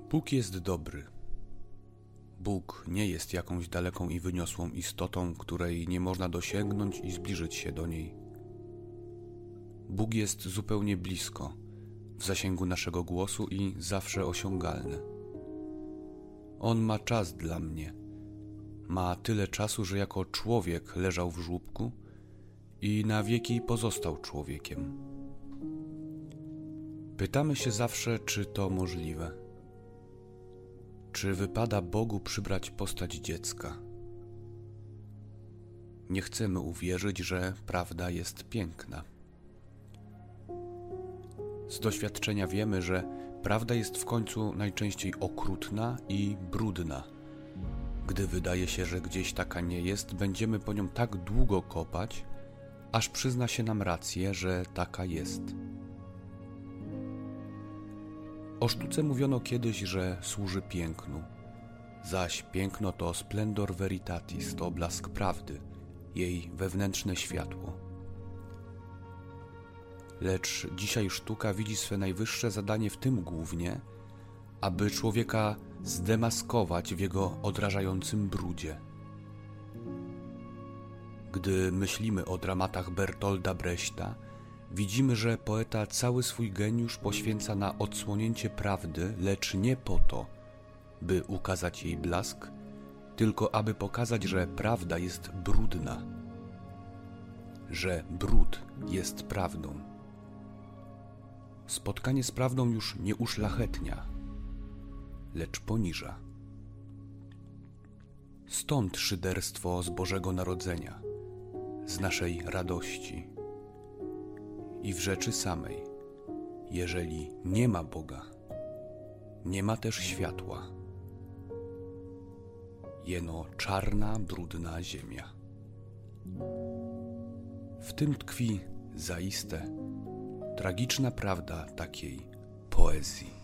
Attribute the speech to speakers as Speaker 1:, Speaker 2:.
Speaker 1: Bóg jest dobry. Bóg nie jest jakąś daleką i wyniosłą istotą, której nie można dosięgnąć i zbliżyć się do niej. Bóg jest zupełnie blisko, w zasięgu naszego głosu i zawsze osiągalny. On ma czas dla mnie. Ma tyle czasu, że jako człowiek leżał w żłóbku i na wieki pozostał człowiekiem. Pytamy się zawsze, czy to możliwe. Czy wypada Bogu przybrać postać dziecka? Nie chcemy uwierzyć, że prawda jest piękna. Z doświadczenia wiemy, że prawda jest w końcu najczęściej okrutna i brudna. Gdy wydaje się, że gdzieś taka nie jest, będziemy po nią tak długo kopać, aż przyzna się nam rację, że taka jest. O sztuce mówiono kiedyś, że służy pięknu, zaś piękno to splendor veritatis, to blask prawdy, jej wewnętrzne światło. Lecz dzisiaj sztuka widzi swe najwyższe zadanie w tym głównie, aby człowieka zdemaskować w jego odrażającym brudzie. Gdy myślimy o dramatach Bertolda Brechta, widzimy, że poeta cały swój geniusz poświęca na odsłonięcie prawdy, lecz nie po to, by ukazać jej blask, tylko aby pokazać, że prawda jest brudna, że brud jest prawdą. Spotkanie z prawdą już nie uszlachetnia, lecz poniża. Stąd szyderstwo z Bożego Narodzenia, z naszej radości. I w rzeczy samej, jeżeli nie ma Boga, nie ma też światła. Jeno czarna, brudna ziemia. W tym tkwi zaiste tragiczna prawda takiej poezji.